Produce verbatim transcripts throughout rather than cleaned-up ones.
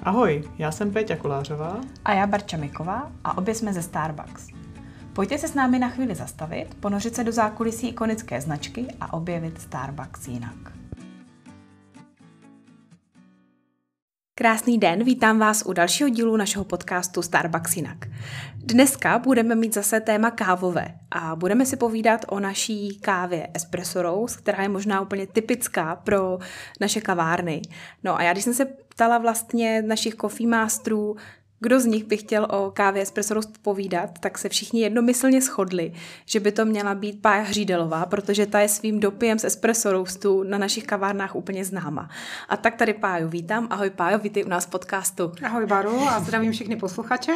Ahoj, já jsem Péťa Kolářová. A já Barča Miková a obě jsme ze Starbucks. Pojďte se s námi na chvíli zastavit, ponořit se do zákulisí ikonické značky a objevit Starbucks jinak. Krásný den, vítám vás u dalšího dílu našeho podcastu Starbucks jinak. Dneska budeme mít zase téma kávové a budeme si povídat o naší kávě Espresso Roast, která je možná úplně typická pro naše kavárny. No a já když jsem se ptala vlastně našich coffee masterů, kdo z nich by chtěl o kávě Espresso Roast povídat, tak se všichni jednomyslně shodli, že by to měla být Pája Hřídelová, protože ta je svým dopijem z Espresso Roastu na našich kavárnách úplně známa. A tak tady Páju vítám. Ahoj Pájo, vítej u nás v podcastu. Ahoj Baru a zdravím všechny posluchače.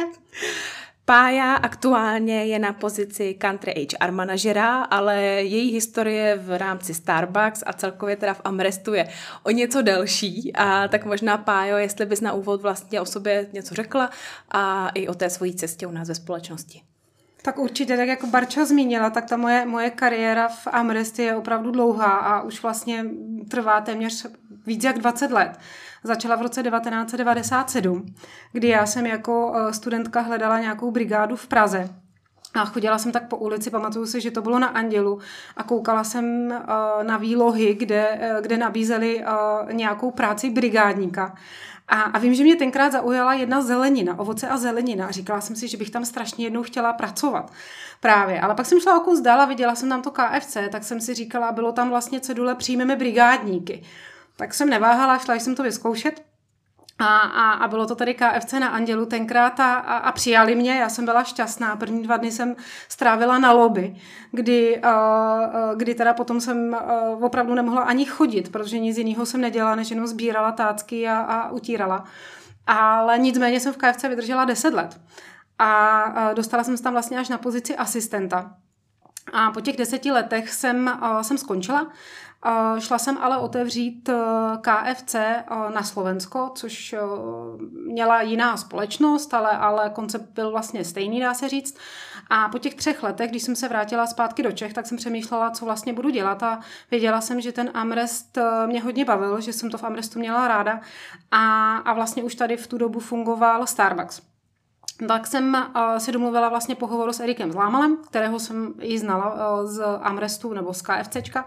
Pája aktuálně je na pozici country H R manažera, ale její historie v rámci Starbucks a celkově teda v Amrestu je o něco delší. A tak možná, Pájo, jestli bys na úvod vlastně o sobě něco řekla a i o té svojí cestě u nás ve společnosti. Tak určitě, tak jako Barča zmínila, tak ta moje, moje kariéra v Amrest je opravdu dlouhá a už vlastně trvá téměř víc jak dvacet let. Začala v roce devatenáct set devadesát sedm, kdy já jsem jako studentka hledala nějakou brigádu v Praze. A chodila jsem tak po ulici, pamatuju si, že to bylo na Andělu a koukala jsem na výlohy, kde, kde nabízeli nějakou práci brigádníka. A, a vím, že mě tenkrát zaujala jedna zelenina, ovoce a zelenina. A říkala jsem si, že bych tam strašně jednou chtěla pracovat. Právě. Ale pak jsem šla o kus dál a viděla jsem tam to K F C, tak jsem si říkala, bylo tam vlastně cedule přijmeme brigádníky. Tak jsem neváhala, šla jsem to vyzkoušet. A, a, a bylo to tady K F C na Andělu tenkrát a, a, a přijali mě, já jsem byla šťastná. První dva dny jsem strávila na lobby, kdy, uh, kdy teda potom jsem uh, opravdu nemohla ani chodit, protože nic jiného jsem nedělala, než jenom sbírala tácky a, a utírala. Ale nicméně jsem v K F C vydržela deset let. A uh, dostala jsem se tam vlastně až na pozici asistenta. A po těch deseti letech jsem, uh, jsem skončila. Uh, šla jsem ale otevřít uh, K F C uh, na Slovensko, což uh, měla jiná společnost, ale, ale koncept byl vlastně stejný, dá se říct. A po těch třech letech, když jsem se vrátila zpátky do Čech, tak jsem přemýšlela, co vlastně budu dělat a věděla jsem, že ten Amrest uh, mě hodně bavil, že jsem to v Amrestu měla ráda a, a vlastně už tady v tu dobu fungoval Starbucks. Tak jsem uh, si domluvila vlastně pohovoru s Erikem Zlámalem, kterého jsem ji znala uh, z Amrestu nebo z KFCčka.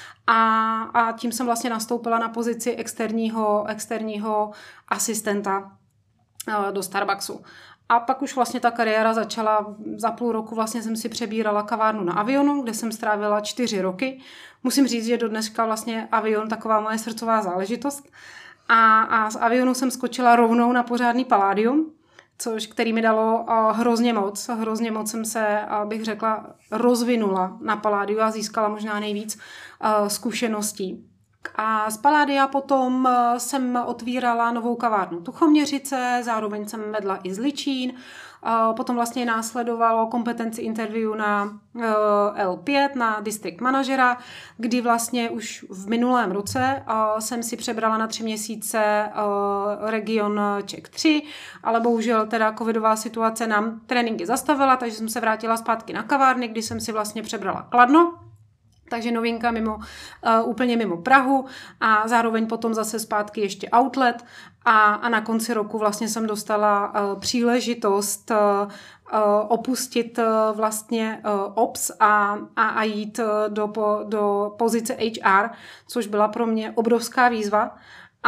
A, a tím jsem vlastně nastoupila na pozici externího, externího asistenta uh, do Starbucksu. A pak už vlastně ta kariéra začala, za půl roku vlastně jsem si přebírala kavárnu na Avionu, kde jsem strávila čtyři roky. Musím říct, že do dneška vlastně Avion taková moje srdcová záležitost. A, a z Avionu jsem skočila rovnou na pořádný Palladium, což, který mi dalo uh, hrozně moc. Hrozně moc jsem se, uh, bych řekla, rozvinula na Palladiu a získala možná nejvíc uh, zkušeností. A z Palladia potom uh, jsem otvírala novou kavárnu Tuchoměřice, zároveň jsem vedla i Zličín. Uh, potom vlastně následovalo kompetenci interview na uh, L pět, na district manažera, kdy vlastně už v minulém roce uh, jsem si přebrala na tři měsíce uh, region Czech tři, ale bohužel teda covidová situace nám tréninky zastavila, takže jsem se vrátila zpátky na kavárny, kdy jsem si vlastně přebrala Kladno. Takže novinka mimo, uh, úplně mimo Prahu a zároveň potom zase zpátky ještě outlet a, a na konci roku vlastně jsem dostala uh, příležitost uh, uh, opustit uh, vlastně uh, ops a, a, a jít uh, do, po, do pozice H R, což byla pro mě obrovská výzva.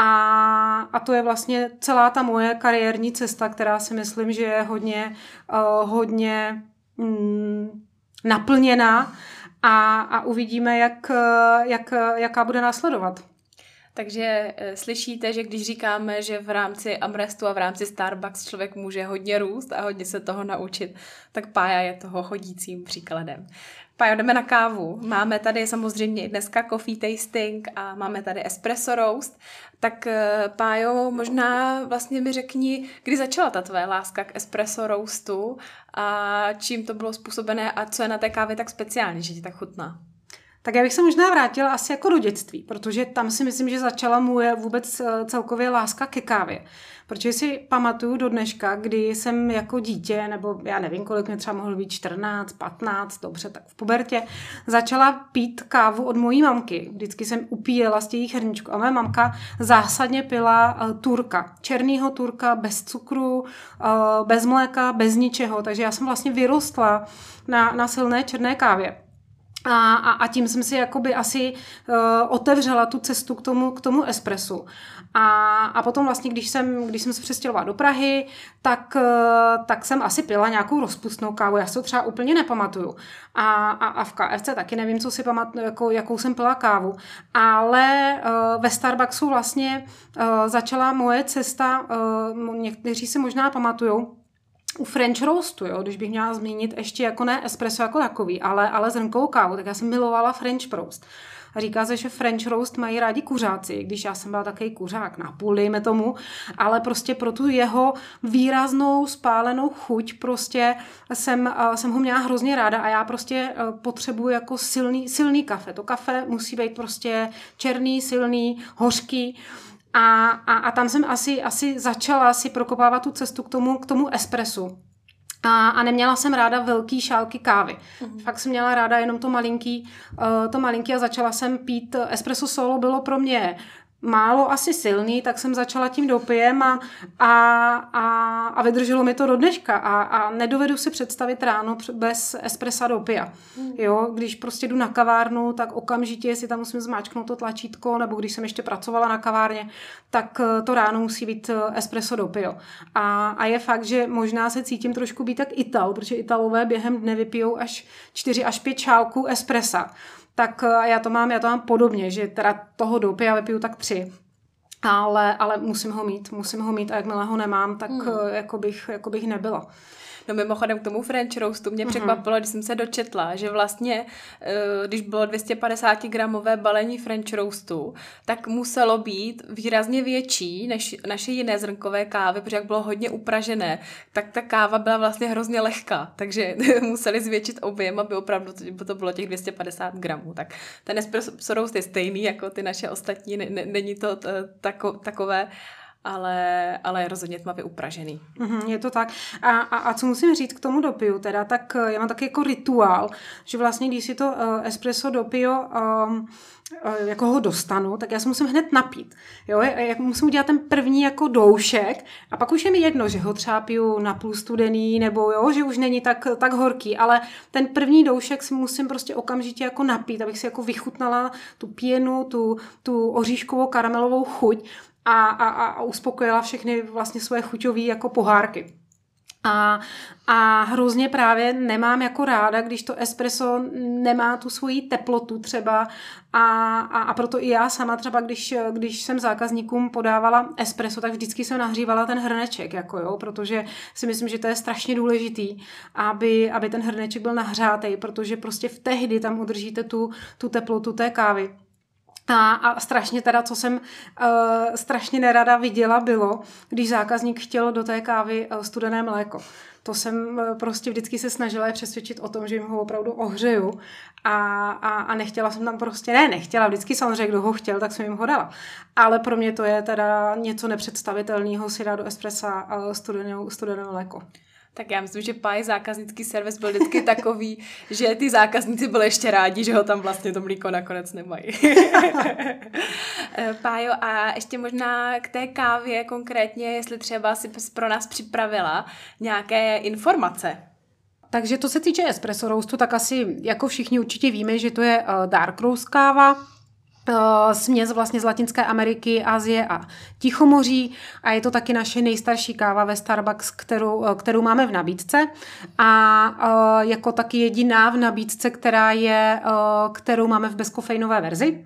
A, a to je vlastně celá ta moje kariérní cesta, která si myslím, že je hodně, uh, hodně mm, naplněná. A, a uvidíme, jak, jak, jaká bude následovat. Takže e, slyšíte, že když říkáme, že v rámci Amrestu a v rámci Starbucks člověk může hodně růst a hodně se toho naučit, tak Pája je toho chodícím příkladem. Pájo, jdeme na kávu. Máme tady samozřejmě i dneska coffee tasting a máme tady espresso roast. Tak e, Pájo, možná vlastně mi řekni, kdy začala ta tvoje láska k espresso roastu a čím to bylo způsobené a co je na té kávě tak speciální, že ti tak chutná? Tak já bych se možná vrátila asi jako do dětství, protože tam si myslím, že začala moje vůbec celkově láska ke kávě. Protože si pamatuju do dneška, kdy jsem jako dítě, nebo já nevím, kolik mě třeba mohlo být, čtrnáct, patnáct, dobře, tak v pubertě, začala pít kávu od mojí mamky. Vždycky jsem upíjela z těch hrníčků a moje mamka zásadně pila uh, turka. Černýho turka, bez cukru, uh, bez mléka, bez ničeho. Takže já jsem vlastně vyrostla na, na silné černé kávě. A, a, a tím jsem si jakoby asi uh, otevřela tu cestu k tomu, k tomu espressu. A, a potom vlastně, když jsem, když jsem se přestěhovala do Prahy, tak, uh, tak jsem asi pila nějakou rozpustnou kávu. Já si to třeba úplně nepamatuju. A, a, a v K F C taky nevím, co si pamatuju, jako, jakou jsem pila kávu. Ale uh, ve Starbucksu vlastně uh, začala moje cesta, uh, někteří si možná pamatujou, u French roastu, jo, když bych měla zmínit ještě jako ne espresso jako takový, ale, ale zrnkovou kávu, tak já jsem milovala French roast. A říká se, že French roast mají rádi kuřáci, když já jsem byla takový kuřák na půl, dejme tomu, ale prostě pro tu jeho výraznou spálenou chuť prostě jsem, jsem ho měla hrozně ráda a já prostě potřebuji jako silný, silný kafe. To kafe musí být prostě černý, silný, hořký. A, a, a tam jsem asi, asi začala si prokopávat tu cestu k tomu, k tomu espressu. A, a neměla jsem ráda velký šálky kávy. Mm. Fakt jsem měla ráda jenom to malinký, uh, to malinký a začala jsem pít. Espresso solo bylo pro mě málo asi silný, tak jsem začala tím dopijem a, a, a, a vydrželo mi to do dneška a, a nedovedu si představit ráno bez espressa dopia. Mm. Jo, když prostě jdu na kavárnu, tak okamžitě si tam musím zmáčknout to tlačítko, nebo když jsem ještě pracovala na kavárně, tak to ráno musí být espresso dopio. A, a je fakt, že možná se cítím trošku být tak Ital, protože Italové během dne vypijou až čtyři až pět šálků espressa. Tak já to mám, já to mám podobně, že teda toho dopia vypiju tak tři. Ale, ale musím ho mít, musím ho mít a jakmile ho nemám, tak hmm. jako, bych, jako bych nebyla. No mimochodem k tomu French roastu mě překvapilo, mm-hmm. když jsem se dočetla, že vlastně, když bylo dvě stě padesát gramové balení French roastu, tak muselo být výrazně větší než naše jiné zrnkové kávy, protože jak bylo hodně upražené, tak ta káva byla vlastně hrozně lehká, takže museli zvětšit objem, aby opravdu to bylo těch dvě stě padesát gramů. Tak ten espresso roast je stejný jako ty naše ostatní, není to tako, takové, ale, ale rozhodně tmavě upražený. Mm, je to tak. A, a, a co musím říct k tomu dopiu, teda, tak já mám taky jako rituál, že vlastně, když si to uh, espresso dopio um, jako ho dostanu, tak já se musím hned napít. Jo? Já musím udělat ten první jako doušek a pak už je mi jedno, že ho třeba piju napůl studený nebo jo, že už není tak, tak horký, ale ten první doušek si musím prostě okamžitě jako napít, abych si jako vychutnala tu pěnu, tu, tu oříškovou karamelovou chuť a, a, a uspokojila všechny vlastně svoje chuťové jako pohárky. A, a hrozně právě nemám jako ráda, když to espresso nemá tu svoji teplotu třeba a, a, a proto i já sama třeba, když, když jsem zákazníkům podávala espresso, tak vždycky jsem nahřívala ten hrneček, jako jo, protože si myslím, že to je strašně důležitý, aby, aby ten hrneček byl nahřátej, protože prostě v tehdy tam udržíte tu, tu teplotu té kávy. A, a strašně teda, co jsem uh, strašně nerada viděla, bylo, když zákazník chtěl do té kávy uh, studené mléko. To jsem uh, prostě vždycky se snažila je přesvědčit o tom, že jim ho opravdu ohřeju a, a, a nechtěla jsem tam prostě, ne, nechtěla, vždycky samozřejmě, kdo ho chtěl, tak jsem jim ho dala. Ale pro mě to je teda něco nepředstavitelného si dát do espressa uh, studenou, studené mléko. Tak já myslím, že Páj zákaznický servis byl vždycky takový, že ty zákazníci byli ještě rádi, že ho tam vlastně to mlíko nakonec nemají. Pájo, a ještě možná k té kávě konkrétně, jestli třeba si pro nás připravila nějaké informace. Takže to se týče espresso roastu, tak asi jako všichni určitě víme, že to je dark roast káva, směs vlastně z Latinské Ameriky, Asie a Tichomoří a je to taky naše nejstarší káva ve Starbucks, kterou, kterou máme v nabídce a jako taky jediná v nabídce, která je, kterou máme v bezkofeinové verzi.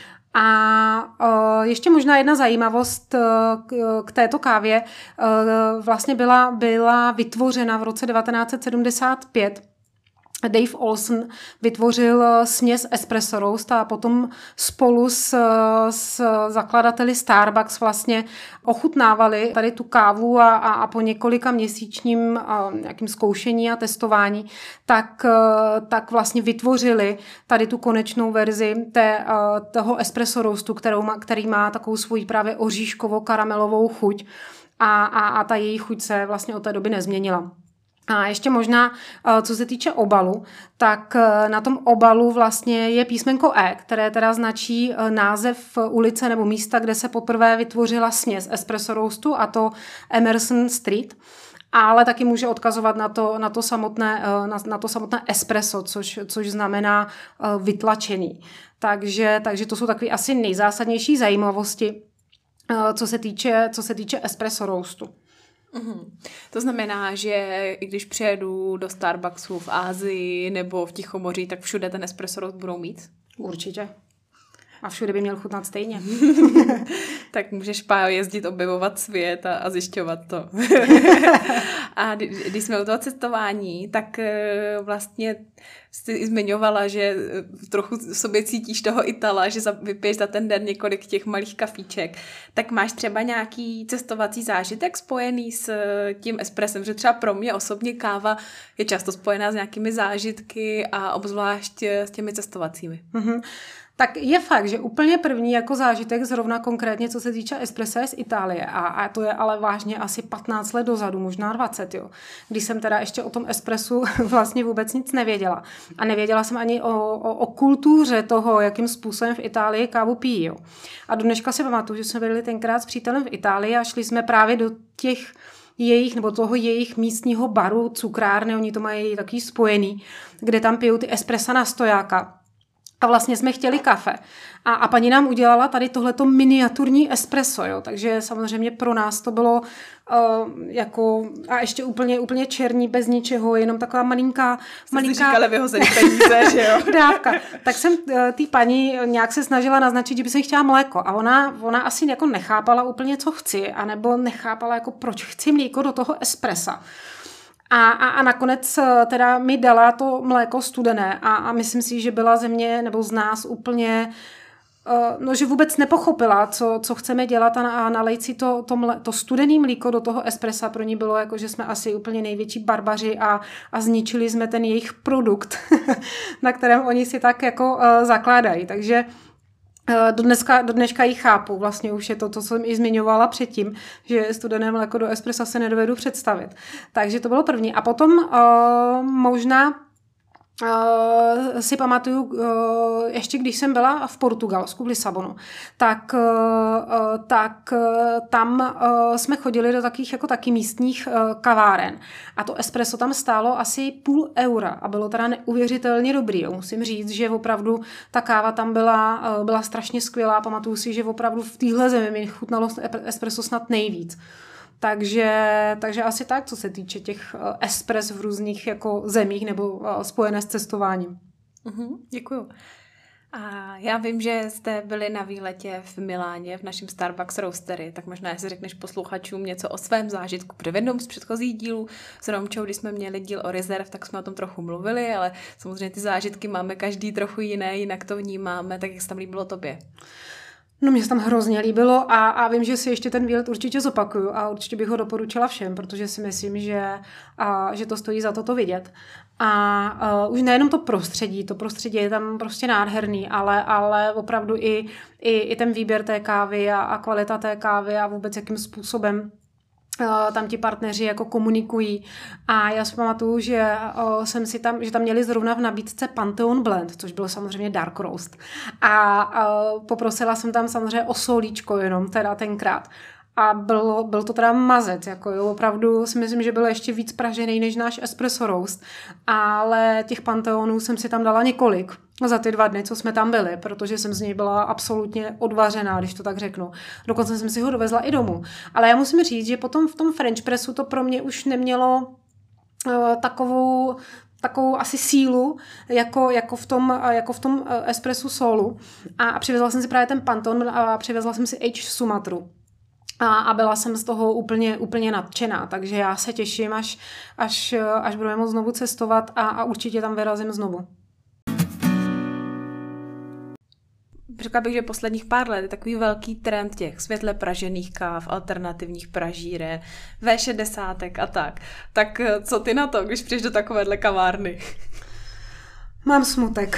A ještě možná jedna zajímavost k této kávě vlastně byla, byla vytvořena v roce devatenáct set sedmdesát pět Dave Olson vytvořil směs espresso roast a potom spolu s, s zakladateli Starbucks vlastně ochutnávali tady tu kávu a, a, a po několika měsíčním a, nějakým zkoušení a testování, tak, tak vlastně vytvořili tady tu konečnou verzi té, toho espresso roastu, kterou má, který má takovou svoji právě oříškovo-karamelovou chuť a, a, a ta její chuť se vlastně od té doby nezměnila. A ještě možná, co se týče obalu, tak na tom obalu vlastně je písmenko E, které teda značí název ulice nebo místa, kde se poprvé vytvořila směs espresso roastu, a to Emerson Street. Ale taky může odkazovat na to, na to, samotné, na, na to samotné espresso, což, což znamená vytlačený. Takže, takže to jsou takové asi nejzásadnější zajímavosti, co se týče, co se týče espresso roastu. Uhum. To znamená, že i když přijedu do Starbucksu v Ázii nebo v Tichomoří, tak všude ten espresso roast budou mít? Určitě. A všude by měl chutnat stejně. Tak můžeš, Pájo, jezdit objevovat svět a, a zjišťovat to. A když jsme u toho cestování, tak vlastně jsi zmiňovala, že trochu v sobě cítíš toho Itala, že vypiješ za ten den několik těch malých kafíček. Tak máš třeba nějaký cestovací zážitek spojený s tím espressem, že třeba pro mě osobně káva je často spojená s nějakými zážitky a obzvlášť s těmi cestovacími. Mm-hmm. Tak je fakt, že úplně první jako zážitek zrovna konkrétně, co se týče espressa, je z Itálie. A, a to je ale vážně asi patnáct let dozadu, možná dvacet, jo. Když jsem teda ještě o tom espressu vlastně vůbec nic nevěděla. A nevěděla jsem ani o, o, o kultuře toho, jakým způsobem v Itálii kávu pijí, jo. A do dneška si pamatuju, že jsme byli tenkrát s přítelem v Itálii a šli jsme právě do těch jejich, nebo toho jejich místního baru, cukrárny, oni to mají takový spojený, kde tam pijou ty espressa na stojáka. A vlastně jsme chtěli kafe. A, a paní nám udělala tady tohleto miniaturní espresso, jo. Takže samozřejmě pro nás to bylo uh, jako, a ještě úplně, úplně černý, bez ničeho, jenom taková malinká... Jsi malinká... si říkala vyhozený peníze, že jo? Dávka. Tak jsem uh, tý paní nějak se snažila naznačit, že by se chtěla mléko. A ona, ona asi jako nechápala úplně, co chci, anebo nechápala, jako proč chci mléko do toho espressa. A, a, a nakonec teda mi dala to mléko studené a, a myslím si, že byla ze mě nebo z nás úplně, uh, no že vůbec nepochopila, co, co chceme dělat a, a nalejt si to, to, mle, to studené mlíko do toho espressa pro ní bylo jako, že jsme asi úplně největší barbaři a, a zničili jsme ten jejich produkt, na kterém oni si tak jako uh, zakládají. Takže Do dneska, do dneška ji chápu, vlastně už je to, co jsem i zmiňovala předtím, že studené mléko do espressa se nedovedu představit. Takže to bylo první. A potom uh, možná Uh, si pamatuju, uh, ještě když jsem byla v Portugalsku, v Lisabonu, tak, uh, tak uh, tam uh, jsme chodili do takových jako taky místních uh, kaváren. A to espresso tam stálo asi půl eura a bylo teda neuvěřitelně dobrý. Jo. Musím říct, že opravdu ta káva tam byla, uh, byla strašně skvělá. Pamatuju si, že opravdu v téhle zemi mi chutnalo espresso snad nejvíc. Takže, takže asi tak, co se týče těch espres v různých jako zemích nebo spojené s cestováním. Uhum, děkuju. A já vím, že jste byli na výletě v Miláně v našem Starbucks Roastery, tak možná jestli řekneš posluchačům něco o svém zážitku. Protože v jednom z předchozích dílů s Romčou, když jsme měli díl o Reserve, tak jsme o tom trochu mluvili, ale samozřejmě ty zážitky máme každý trochu jiné, jinak to vnímáme, tak jak se tam líbilo tobě? No mně se tam hrozně líbilo a, a vím, že si ještě ten výlet určitě zopakuju a určitě bych ho doporučila všem, protože si myslím, že, a, že to stojí za to to vidět. A, a už nejenom to prostředí, to prostředí je tam prostě nádherný, ale, ale opravdu i, i, i ten výběr té kávy a, a kvalita té kávy a vůbec jakým způsobem tam ti partneři jako komunikují. A já si pamatuju, že o, jsem si tam, že tam měli zrovna v nabídce Pantheon Blend, což byl samozřejmě dark roast. A o, poprosila jsem tam samozřejmě o solíčko jenom teda tenkrát. A bylo, byl to teda mazec, jako jo, opravdu si myslím, že byl ještě víc pražený než náš espresso roast, ale těch Pantheonů jsem si tam dala několik za ty dva dny, co jsme tam byli, protože jsem z něj byla absolutně odvařená, když to tak řeknu. Dokonce jsem si ho dovezla i domů. Ale já musím říct, že potom v tom French pressu to pro mě už nemělo uh, takovou takovou asi sílu, jako, jako, v tom, jako v tom espresso solu. A, a přivezla jsem si právě ten Pantheon a přivezla jsem si H Sumatru. A, a byla jsem z toho úplně, úplně nadšená, takže já se těším, až, až, až budeme moct znovu cestovat a, a určitě tam vyrazím znovu. Řekla bych, že posledních pár let je takový velký trend těch světle pražených káv, alternativních pražíren, vé šedesát a tak. Tak co ty na to, když přijdeš do takovéhle kavárny? Mám smutek.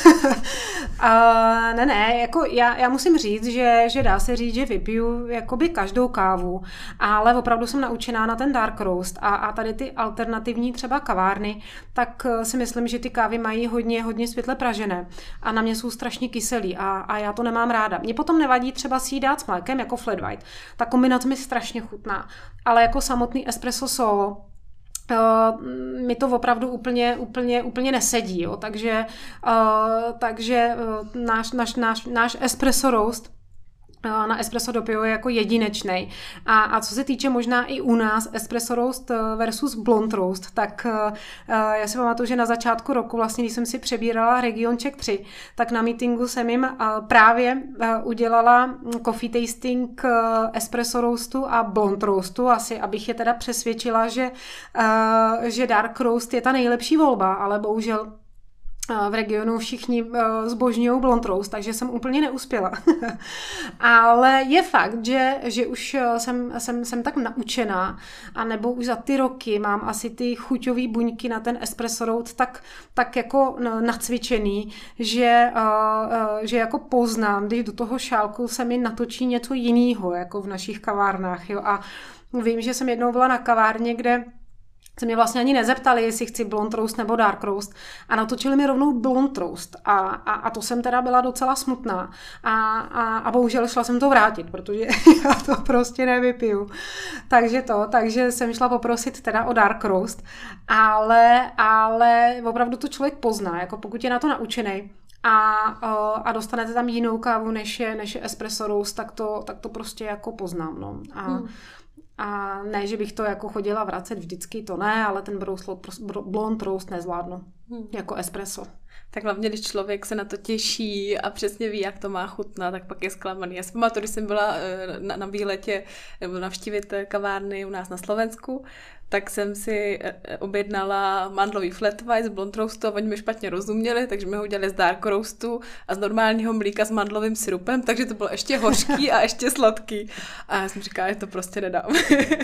uh, ne, ne, jako já, já musím říct, že, že dá se říct, že vypiju jakoby každou kávu, ale opravdu jsem naučená na ten dark roast a, a tady ty alternativní třeba kavárny, tak si myslím, že ty kávy mají hodně, hodně světle pražené a na mě jsou strašně kyselý a, a já to nemám ráda. Mně potom nevadí třeba si ji dát s mlékem jako flat white. Ta kombinace mi strašně chutná, ale jako samotný espresso solo Uh, mi to opravdu úplně, úplně, úplně nesedí, jo. Takže, uh, takže uh, náš, náš, náš, náš espresso roast na espresso dopivo je jako jedinečnej. A, a co se týče možná i u nás espresso roast versus blond roast, tak uh, já si pamatuju, že na začátku roku, vlastně, když jsem si přebírala region Czech tři, tak na meetingu jsem jim uh, právě uh, udělala coffee tasting uh, espresso roastu a blond roastu, asi abych je teda přesvědčila, že, uh, že dark roast je ta nejlepší volba, ale bohužel v regionu všichni zbožňují blond roast, takže jsem úplně neuspěla. Ale je fakt, že, že už jsem, jsem, jsem tak naučená, anebo už za ty roky mám asi ty chuťové buňky na ten espresso roast tak, tak jako nacvičený, že, že jako poznám, když do toho šálku se mi natočí něco jiného, jako v našich kavárnách. Jo? A vím, že jsem jednou byla na kavárně, kde se mě vlastně ani nezeptali, jestli chci blond roast nebo dark roast a natočili mi rovnou blond roast a, a, a to jsem teda byla docela smutná a, a, a bohužel šla jsem to vrátit, protože já to prostě nevypiju. Takže to, takže jsem šla poprosit teda o dark roast, ale, ale opravdu to člověk pozná, jako pokud je na to naučený a, a dostanete tam jinou kávu, než je, než je espresso roast, tak to, tak to prostě jako poznám, no. A, hmm. A ne, že bych to jako chodila vracet vždycky, to ne, ale ten blond roast nezvládnu, hmm. jako espresso. Tak hlavně, když člověk se na to těší a přesně ví, jak to má chutnat, tak pak je zklamaný. Já si pamatuju, když jsem byla na, na výletě nebo navštívit kavárny u nás na Slovensku, tak jsem si objednala mandlový flat white z blond roastu a oni mi špatně rozuměli, takže mi ho udělali z dark roastu a z normálního mlíka s mandlovým syrupem, takže to bylo ještě hořký a ještě sladký. A já jsem říkala, že to prostě nedám.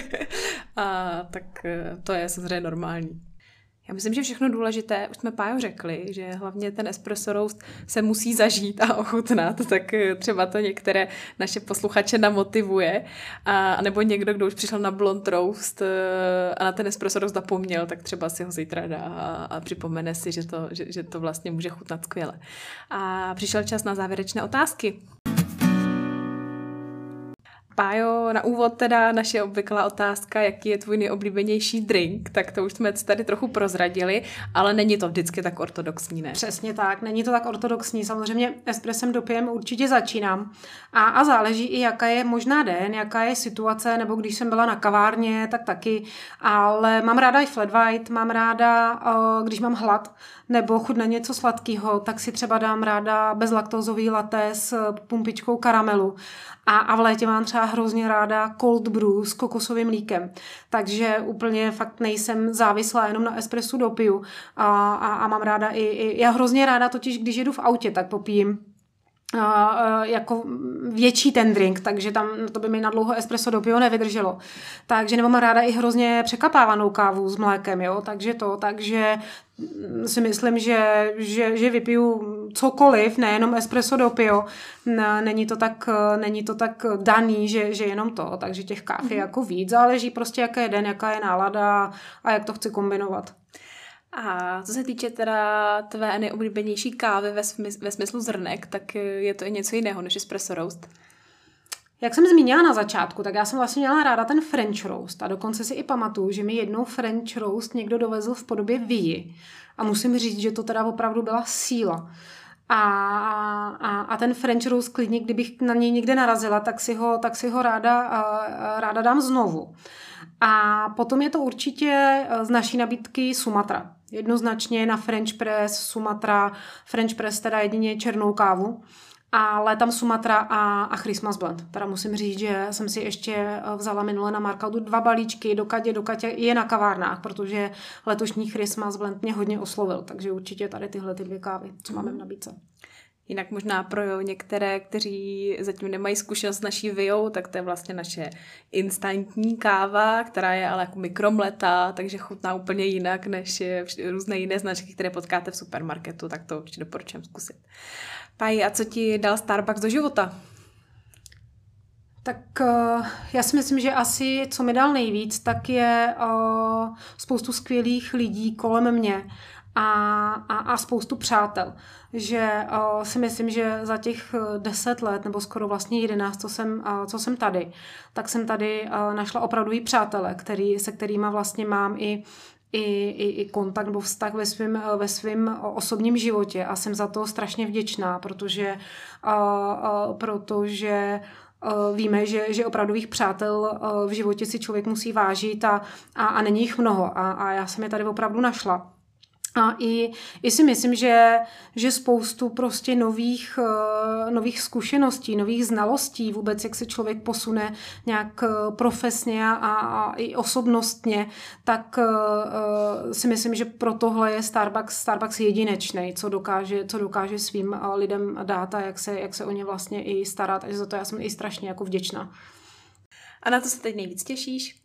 A tak to je samozřejmě normální. Já myslím, že všechno důležité, už jsme Pájo řekli, že hlavně ten espresso roast se musí zažít a ochutnat, tak třeba to některé naše posluchače namotivuje, a nebo někdo, kdo už přišel na blond roast a na ten espresso roast zapomněl, tak třeba si ho zítra dá a, a připomene si, že to, že, že to vlastně může chutnat skvěle. A přišel čas na závěrečné otázky. Pájo, na úvod teda naše obvyklá otázka, jaký je tvůj nejoblíbenější drink, tak to už jsme tady trochu prozradili, ale není to vždycky tak ortodoxní, ne? Přesně tak, není to tak ortodoxní, samozřejmě espressem dopijem určitě začínám a, a záleží i jaká je možná den, jaká je situace, nebo když jsem byla na kavárně, tak taky, ale mám ráda i flat white, mám ráda, když mám hlad, nebo chuť na něco sladkého, tak si třeba dám ráda bezlaktózový latte s pumpičkou karamelu. A, a v létě mám třeba hrozně ráda cold brew s kokosovým mlíkem. Takže úplně fakt nejsem závislá jenom na espressu dopiju. A, a, a mám ráda i, i, já hrozně ráda totiž, když jedu v autě, tak popijím Uh, uh, jako větší ten drink, takže tam to by mi na dlouho espresso do pivo nevydrželo. Takže nebo mám ráda i hrozně překapávanou kávu s mlékem, jo, takže to, takže si myslím, že, že, že vypiju cokoliv, nejenom espresso do pivo. Není to tak, není to tak daný, že, že jenom to, takže těch káv je jako víc, záleží prostě, jaká je den, jaká je nálada a jak to chci kombinovat. A co se týče teda tvé nejoblíbenější kávy ve, smysl, ve smyslu zrnek, tak je to i něco jiného než espresso roast? Jak jsem zmínila na začátku, tak já jsem vlastně měla ráda ten French roast a dokonce si i pamatuju, že mi jednou French roast někdo dovezl v podobě Vii a musím říct, že to teda opravdu byla síla. A, a, a ten French roast klidně, kdybych na něj někde narazila, tak si ho, tak si ho ráda, ráda dám znovu. A potom je to určitě z naší nabídky Sumatra. Jednoznačně na French press, Sumatra, French press teda jedině černou kávu. ale tam Sumatra a, a Christmas blend. Teda musím říct, že jsem si ještě vzala minule na markoutu dva balíčky do Katě, do Katě je na kavárnách, protože letošní Christmas blend mě hodně oslovil, takže určitě tady tyhle ty dvě kávy, co máme v nabídce. Jinak možná pro některé, kteří zatím nemají zkušenost s naší Viou, tak to je vlastně naše instantní káva, která je ale jako mikromletá, takže chutná úplně jinak než různé jiné značky, které potkáte v supermarketu, tak to určitě doporučuji zkusit. Páji, a co ti dal Starbucks do života? Tak uh, já si myslím, že asi co mi dal nejvíc, tak je uh, spoustu skvělých lidí kolem mě a, a, a spoustu přátel. Že uh, si myslím, že za těch deset let, nebo skoro vlastně jedenáct, co jsem, uh, co jsem tady, tak jsem tady uh, našla opravdový přátele, který, se kterýma vlastně mám i I, i, i kontakt nebo vztah ve svém ve svým osobním životě a jsem za to strašně vděčná, protože, uh, uh, protože uh, víme, že, že opravdových přátel uh, v životě si člověk musí vážit a, a, a není jich mnoho a, a já jsem je tady opravdu našla. A i, i si myslím, že, že spoustu prostě nových, uh, nových zkušeností, nových znalostí vůbec, jak se člověk posune nějak uh, profesně a, a i osobnostně, tak uh, si myslím, že pro tohle je Starbucks, Starbucks jedinečný, co dokáže, co dokáže svým uh, lidem dát a jak se, jak se o ně vlastně i starat. Takže za to já jsem i strašně jako vděčná. A na to se teď nejvíc těšíš?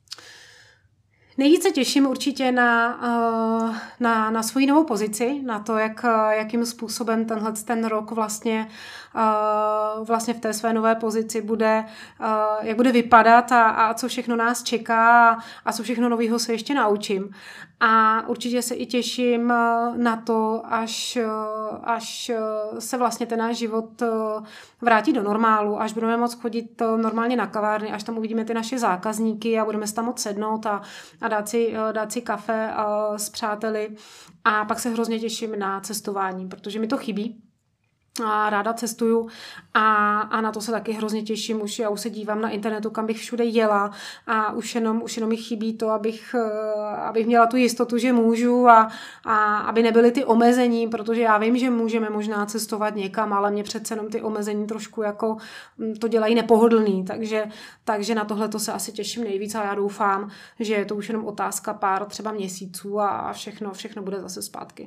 Nejvíce těším určitě na, na, na svoji novou pozici, na to, jak, jakým způsobem tenhle ten rok vlastně, vlastně v té své nové pozici bude, jak bude vypadat a, a co všechno nás čeká a, a co všechno nového se ještě naučím. A určitě se i těším na to, až, až se vlastně ten náš život vrátí do normálu, až budeme moct chodit normálně na kavárny, až tam uvidíme ty naše zákazníky a budeme se tam moct sednout a, a dát si, dát si kafe s přáteli. A pak se hrozně těším na cestování, protože mi to chybí. A ráda cestuju a, a na to se taky hrozně těším. Už já už se dívám na internetu, kam bych všude jela a už jenom, už jenom mi chybí to, abych, abych měla tu jistotu, že můžu a, a aby nebyly ty omezení, protože já vím, že můžeme možná cestovat někam, ale mě přece jenom ty omezení trošku jako to dělají nepohodlný, takže, takže na tohle to se asi těším nejvíc a já doufám, že je to už jenom otázka pár třeba měsíců a všechno, všechno bude zase zpátky.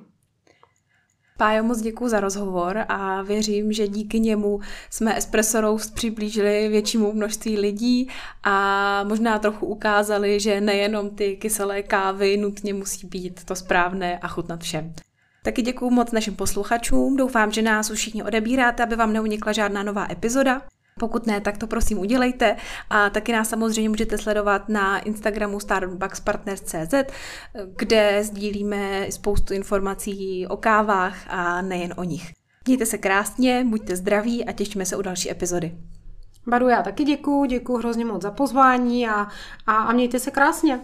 Pájo, moc děkuju za rozhovor a věřím, že díky němu jsme Espresso Roast přiblížili většímu množství lidí a možná trochu ukázali, že nejenom ty kyselé kávy nutně musí být to správné a chutnat všem. Taky děkuju moc našim posluchačům, doufám, že nás už všichni odebíráte, aby vám neunikla žádná nová epizoda. Pokud ne, tak to prosím udělejte a taky nás samozřejmě můžete sledovat na Instagramu Starbucks Partners tečka cé zet, kde sdílíme spoustu informací o kávách a nejen o nich. Mějte se krásně, buďte zdraví a těšíme se u další epizody. Baru, já taky děkuju, děkuju hrozně moc za pozvání a, a, a mějte se krásně.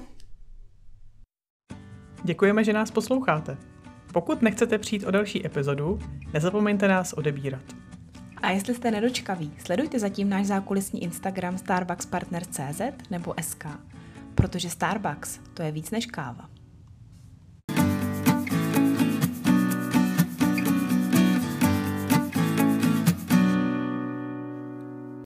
Děkujeme, že nás posloucháte. Pokud nechcete přijít o další epizodu, nezapomeňte nás odebírat. A jestli jste nedočkaví, sledujte zatím náš zákulisní Instagram Starbucks Partners tečka cé zet nebo es ká, protože Starbucks to je víc než káva.